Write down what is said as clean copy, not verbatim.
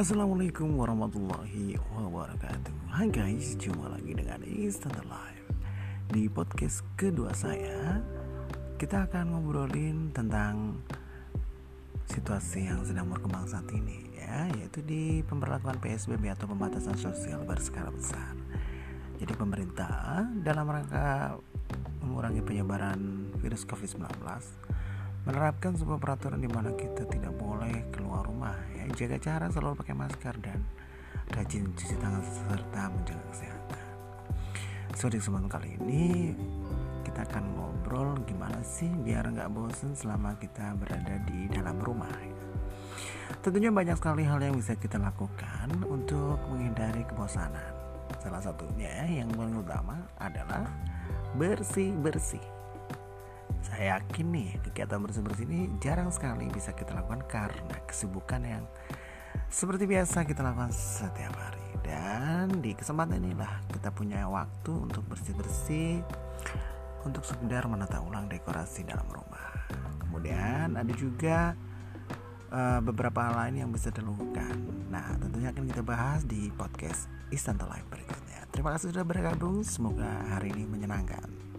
Assalamualaikum warahmatullahi wabarakatuh. Hai guys, jumpa lagi dengan Instant Live. Di podcast kedua saya, kita akan ngobrolin tentang situasi yang sedang berkembang saat ini, yaitu di pemberlakuan PSBB atau pembatasan sosial berskala besar. Jadi pemerintah dalam rangka mengurangi penyebaran virus COVID-19 menerapkan sebuah peraturan di mana kita tidak boleh keluar rumah, jaga jarak, selalu pakai masker, dan rajin cuci tangan serta menjaga kesehatan. Di kesempatan kali ini kita akan ngobrol gimana sih biar nggak bosan selama kita berada di dalam rumah. Tentunya banyak sekali hal yang bisa kita lakukan untuk menghindari kebosanan. Salah satunya yang paling utama adalah bersih-bersih. Saya yakin nih kegiatan bersih-bersih ini jarang sekali bisa kita lakukan karena kesibukan yang seperti biasa kita lakukan setiap hari. Dan di kesempatan inilah kita punya waktu untuk bersih-bersih, untuk sekedar menata ulang dekorasi dalam rumah. Kemudian ada juga beberapa hal lain yang bisa dilakukan. Nah, tentunya akan kita bahas di podcast Instant Live berikutnya. Terima kasih sudah bergabung, semoga hari ini menyenangkan.